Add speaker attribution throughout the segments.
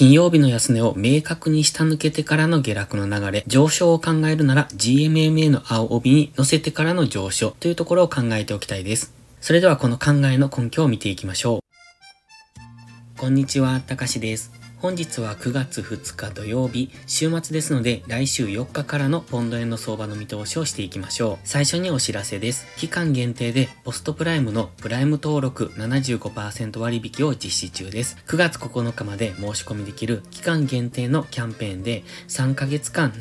Speaker 1: 金曜日の安値を明確に下抜けてからの下落の流れ、上昇を考えるなら GMMA の青帯に乗せてからの上昇というところを考えておきたいです。それではこの考えの根拠を見ていきましょう。こんにちは、たかしです。本日は9月2日土曜日、週末ですので来週4日からのポンド円の相場の見通しをしていきましょう。最初にお知らせです。期間限定でポストプライムのプライム登録 75% 割引を実施中です。9月9日まで申し込みできる期間限定のキャンペーンで3ヶ月間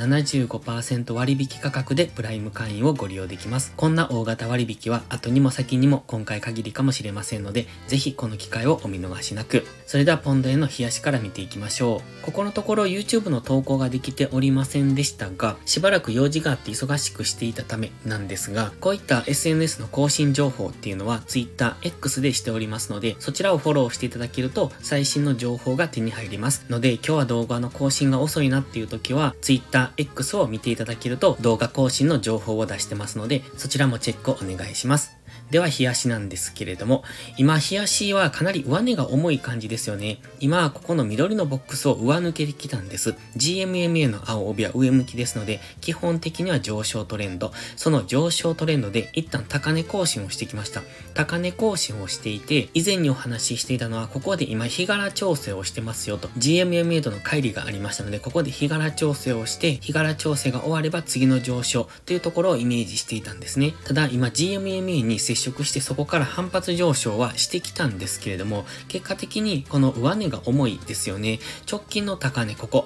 Speaker 1: 75% 割引価格でプライム会員をご利用できます。こんな大型割引は後にも先にも今回限りかもしれませんので、ぜひこの機会をお見逃しなく。それではポンド円の冷やしから見ていきましょう。ここのところ YouTube の投稿ができておりませんでしたが、しばらく用事があって忙しくしていたためなんですが、こういった SNS の更新情報っていうのは Twitter、X でしておりますので、そちらをフォローしていただけると最新の情報が手に入りますので、今日は動画の更新が遅いなっていう時は Twitter、X を見ていただけると動画更新の情報を出してますので、そちらもチェックをお願いします。では、冷やしなんですけれども、今、冷やしはかなり上値が重い感じですよね。今、ここの緑のボックスを上抜けてきたんです。GMMA の青帯は上向きですので、基本的には上昇トレンド。その上昇トレンドで一旦高値更新をしてきました。高値更新をしていて、以前にお話ししていたのは、ここで今、日柄調整をしてますよと。GMMA との乖離がありましたので、ここで日柄調整をして、日柄調整が終われば次の上昇というところをイメージしていたんですね。ただ、今、GMMA に接触してそこから反発上昇はしてきたんですけれども、結果的にこの上値が重いですよね。直近の高値、ここ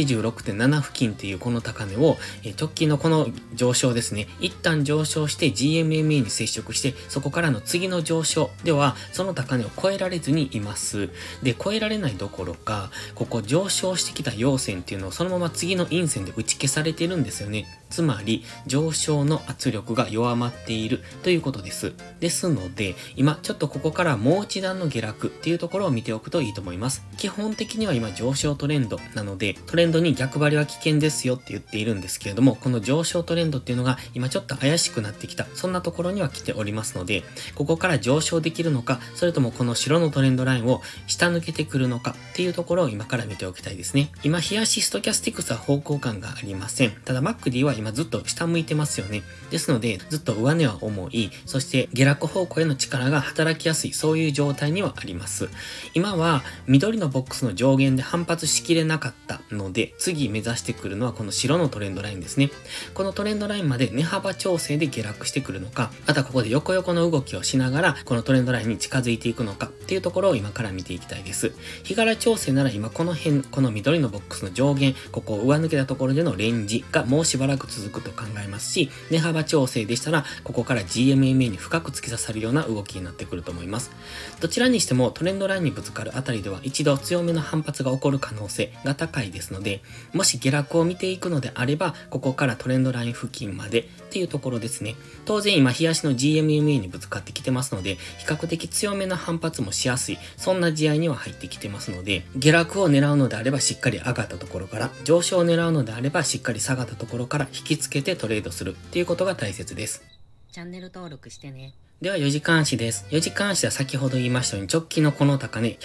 Speaker 1: 186.7 付近っていうこの高値を直近のこの上昇ですね、一旦上昇して GMMA に接触して、そこからの次の上昇ではその高値を超えられずにいます。で、超えられないどころか、ここ上昇してきた陽線っていうのをそのまま次の陰線で打ち消されてるんですよね。つまり上昇の圧力が弱まっているということです。ですので、今ちょっとここからもう一段の下落っていうところを見ておくといいと思います。基本的には今上昇トレンドなので、トレンドに逆張りは危険ですよって言っているんですけれども、この上昇トレンドっていうのが今ちょっと怪しくなってきた、そんなところには来ておりますので、ここから上昇できるのか、それともこの白のトレンドラインを下抜けてくるのかっていうところを今から見ておきたいですね。今、冷やしストキャスティクスは方向感がありません。ただ MACD は今ずっと下向いてますよね。ですので、ずっと上値は重い、そして下落方向への力が働きやすい、そういう状態にはあります。今は緑のボックスの上限で反発しきれなかったので、次目指してくるのはこの白のトレンドラインですね。このトレンドラインまで値幅調整で下落してくるのか、またここで横横の動きをしながらこのトレンドラインに近づいていくのかっていうところを今から見ていきたいです。日柄調整なら今この辺、この緑のボックスの上限、ここを上抜けたところでのレンジがもうしばらく続くと考えますし、値幅調整でしたらここから GMMA に深く突き刺さるような動きになってくると思います。どちらにしてもトレンドラインにぶつかるあたりでは一度強めの反発が起こる可能性が高いですので、もし下落を見ていくのであれば、ここからトレンドライン付近までっていうところですね。当然今冷やしの GMMA にぶつかってきてますので、比較的強めの反発もしやすい、そんな試合には入ってきてますので、下落を狙うのであればしっかり上がったところから、上昇を狙うのであればしっかり下がったところから引きつけてトレードするっていうことが大切です。
Speaker 2: チャンネル登録してね。
Speaker 1: では4時間足です。4時間足は先ほど言いましたように直近のこの高値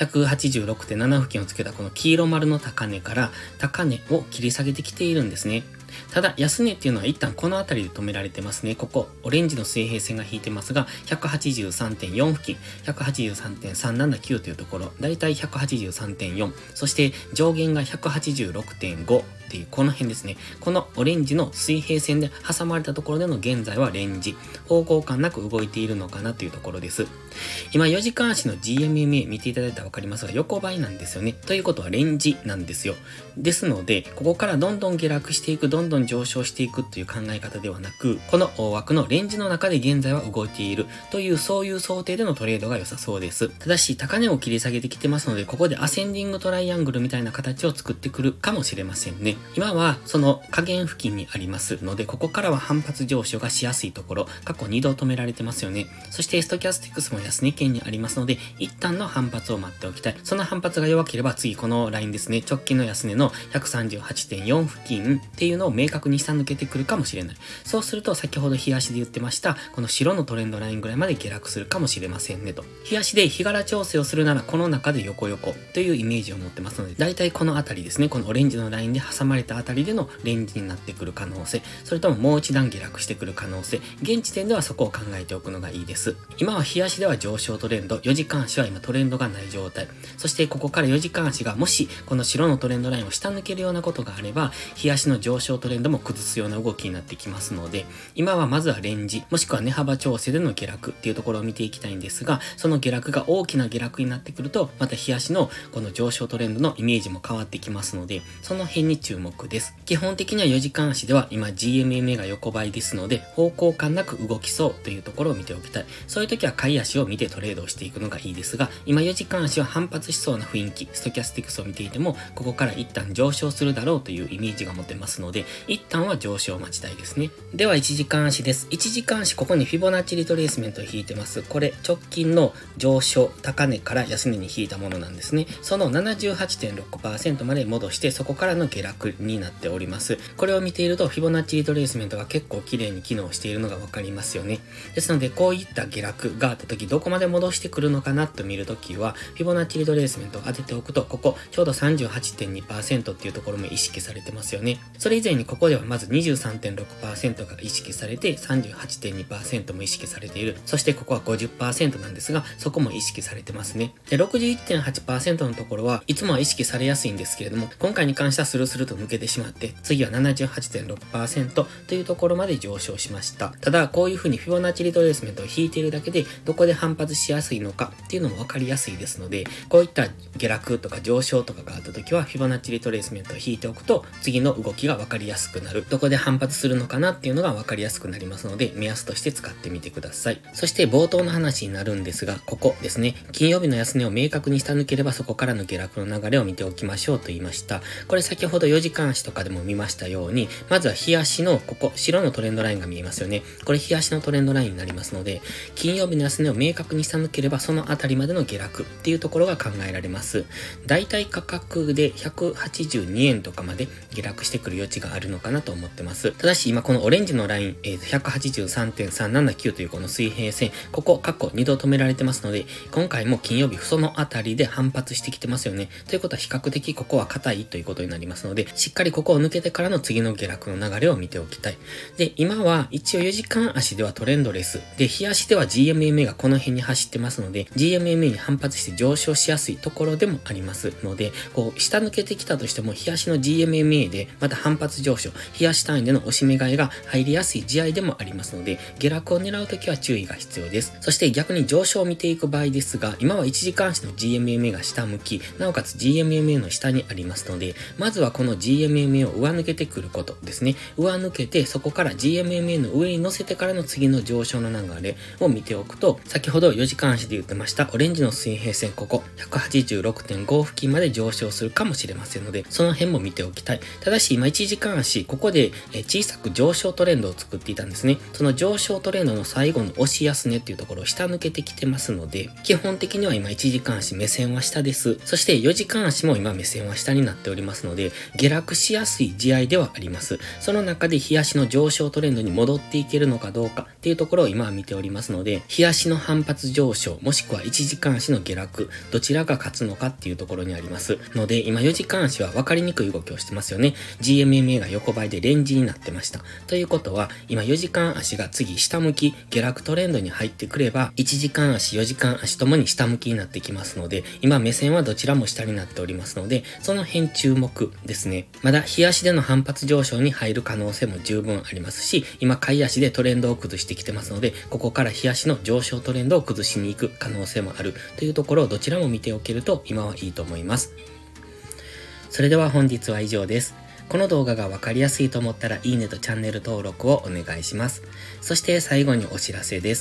Speaker 1: 186.7 付近をつけたこの黄色丸の高値から高値を切り下げてきているんですね。ただ安値っていうのは一旦この辺りで止められてますね。ここオレンジの水平線が引いてますが 183.4 付近 183.379 というところ、だいたい 183.4、 そして上限が 186.5 っていうこの辺ですね。このオレンジの水平線で挟まれたところでの現在はレンジ、方向感なく動いているのかなというところです。今4時間足の GMMA 見ていただいたらわかりますが横ばいなんですよね。ということはレンジなんですよ。ですのでここからどんどん下落していく、どんどん上昇していくという考え方ではなく、この大枠のレンジの中で現在は動いているという、そういう想定でのトレードが良さそうです。ただし高値を切り下げてきてますので、ここでアセンディングトライアングルみたいな形を作ってくるかもしれませんね。 今はその下限付近にありますので、ここからは反発上昇がしやすいところ、過去2度止められてますよね。そしてストキャスティクスも安値圏にありますので、一旦の反発を待っておきたい。その反発が弱ければ次このラインですね、直近の安値の 138.4 付近っていうのを明確に下抜けてくるかもしれない。そうすると先ほど日足で言ってました、この白のトレンドラインぐらいまで下落するかもしれませんねと。日足で日柄調整をするならこの中で横というイメージを持ってますので、だいたいこのあたりですね、このオレンジのラインで挟まれたあたりでのレンジになってくる可能性、それとももう一段下落してくる可能性、現時点ではそこを考えておくのがいいです。今は日足では上昇トレンド、4時間足は今トレンドがない状態。そしてここから4時間足がもしこの白のトレンドラインを下抜けるようなことがあれば、日足の上昇トレンドも崩すような動きになってきますので、今はまずはレンジ、もしくは値幅調整での下落っていうところを見ていきたいんですが、その下落が大きな下落になってくると、また日足のこの上昇トレンドのイメージも変わってきますので、その辺に注目です。基本的には4時間足では今 GMMA が横ばいですので、方向感なく動きそうというところを見ておきたい。そういう時は買い足を見てトレードをしていくのがいいですが、今4時間足は反発しそうな雰囲気、ストキャスティクスを見ていても、ここから一旦上昇するだろうというイメージが持てますので、一旦は上昇を待ちたいですね。では1時間足です。1時間足、ここにフィボナッチリトレースメントを引いてます。これ直近の上昇、高値から安値に引いたものなんですね。その 78.6% まで戻して、そこからの下落になっております。これを見ていると、フィボナッチリトレースメントが結構綺麗に機能しているのがわかりますよね。ですので、こういった下落があった時、どこまで戻してくるのかなと見るときは、フィボナッチリトレースメントを当てておくと、ここ、ちょうど 38.2% っていうところも意識されてますよね。それ以前にここではまず 23.6% が意識されて、38.2% も意識されている。そしてここは 50% なんですが、そこも意識されてますね。で、61.8% のところはいつもは意識されやすいんですけれども、今回に関してはスルスルと抜けてしまって、次は 78.6% というところまで上昇しました。ただ、こういう風にフィボナッチリトレースメントを引いているだけで、どこで反発しやすいのかっていうのも分かりやすいですので、こういった下落とか上昇とかがあった時は、フィボナッチリトレースメントを引いておくと、次の動きが分かりやすくなる。どこで反発するのかなっていうのが分かりやすくなりますので、目安として使ってみてください。そして冒頭の話になるんですが、ここですね、金曜日の安値を明確に下抜ければそこからの下落の流れを見ておきましょうと言いました。これ先ほど4時間足とかでも見ましたように、まずは日足のここ、白のトレンドラインが見えますよね。これ日足のトレンドラインになりますので、金曜日の安値を明確に下抜ければそのあたりまでの下落っていうところが考えられます。だいたい価格で182円とかまで下落してくる余地があるのかなと思ってます。ただし今このオレンジのライン、183.379 というこの水平線、ここ過去2度止められてますので、今回も金曜日そのあたりで反発してきてますよね。ということは比較的ここは硬いということになりますので、しっかりここを抜けてからの次の下落の流れを見ておきたい。で、今は一応4時間足ではトレンドレス。で、日足では GMMA がこの辺に走ってますので、GMMA に反発して上昇しやすいところでもありますので、こう、下抜けてきたとしても、日足の GMMA でまた反発上昇、日足単位での押し目買いが入りやすい試合でもありますので、下落を狙うときは注意が必要です。そして逆に上昇を見ていく場合ですが、今は1時間足の GMMA が下向き、なおかつ GMMA の下にありますので、まずはこの GMMA を上抜けてくることですね。上抜けて、そこから GMMA の上に乗せてからの次の上昇の流れを見ておくと、先ほど4時間足で言ってました、オレンジの水平線、ここ、186.5 付近まで上昇するかもしれませんので、その辺も見ておきたい。ただし今1時間足、ここで小さく上昇トレンドを作っていたんですね。その上昇トレンドの最後の押し安値っていうところを下抜けてきてますので、基本的には今1時間足目線は下です。そして4時間足も今目線は下になっておりますので、下落しやすい試合ではあります。その中で日足の上昇トレンドに戻っていけるのかどうかっていうところを今は見ておりますので、日足の反発上昇、もしくは1時間足の下落、どちらが勝つのかっていうところにありますので、今4時間足は分かりにくい動きをしてますよね。GMMA が横ばいでレンジになってました。ということは、今4時間足が次下向き、下落トレンドに入ってくれば、1時間足、4時間足ともに下向きになってきますので、今目線はどちらも下になっておりますので、その辺注目ですね。まだ日足での反発上昇に入る可能性も十分ありますし、今買い足でトレンドを崩してきてますので、ここから日足の上昇トレンドを崩しに行く可能性もあるというところをどちらも見ておけると今はいいと思います。それでは本日は以上です。この動画がわかりやすいと思ったらいいねとチャンネル登録をお願いします。そして最後にお知らせです。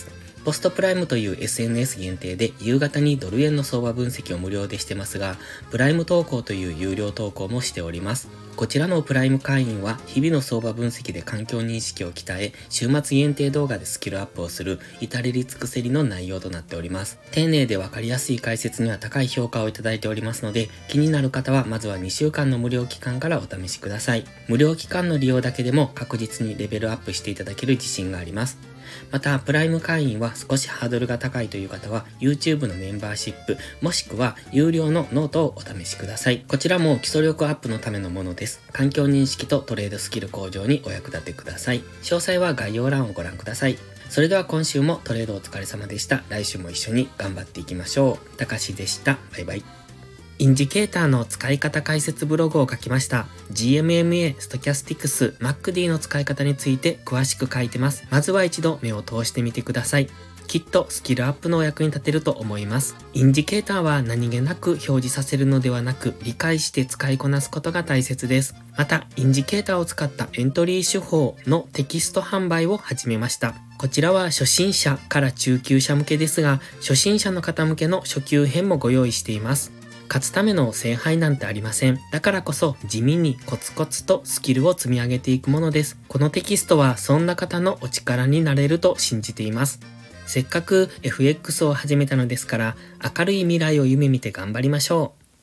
Speaker 1: ポストプライムという SNS 限定で夕方にドル円の相場分析を無料でしてますが、プライム投稿という有料投稿もしております。こちらのプライム会員は日々の相場分析で環境認識を鍛え、週末限定動画でスキルアップをする至れり尽くせりの内容となっております。丁寧でわかりやすい解説には高い評価をいただいておりますので、気になる方はまずは2週間の無料期間からお試しください。無料期間の利用だけでも確実にレベルアップしていただける自信があります。また、プライム会員は少しハードルが高いという方は、YouTube のメンバーシップ、もしくは有料のノートをお試しください。こちらも基礎力アップのためのものです。環境認識とトレードスキル向上にお役立てください。詳細は概要欄をご覧ください。それでは今週もトレードお疲れ様でした。来週も一緒に頑張っていきましょう。たかしでした。バイバイ。インジケーターの使い方解説ブログを書きました。GMMA、ストキャスティクス、MACD の使い方について詳しく書いてます。まずは一度目を通してみてください。きっとスキルアップのお役に立てると思います。インジケーターは何気なく表示させるのではなく、理解して使いこなすことが大切です。また、インジケーターを使ったエントリー手法のテキスト販売を始めました。こちらは初心者から中級者向けですが、初心者の方向けの初級編もご用意しています。勝つための聖杯なんてありません。だからこそ地味にコツコツとスキルを積み上げていくものです。このテキストはそんな方のお力になれると信じています。せっかく FX を始めたのですから、明るい未来を夢見て頑張りましょう。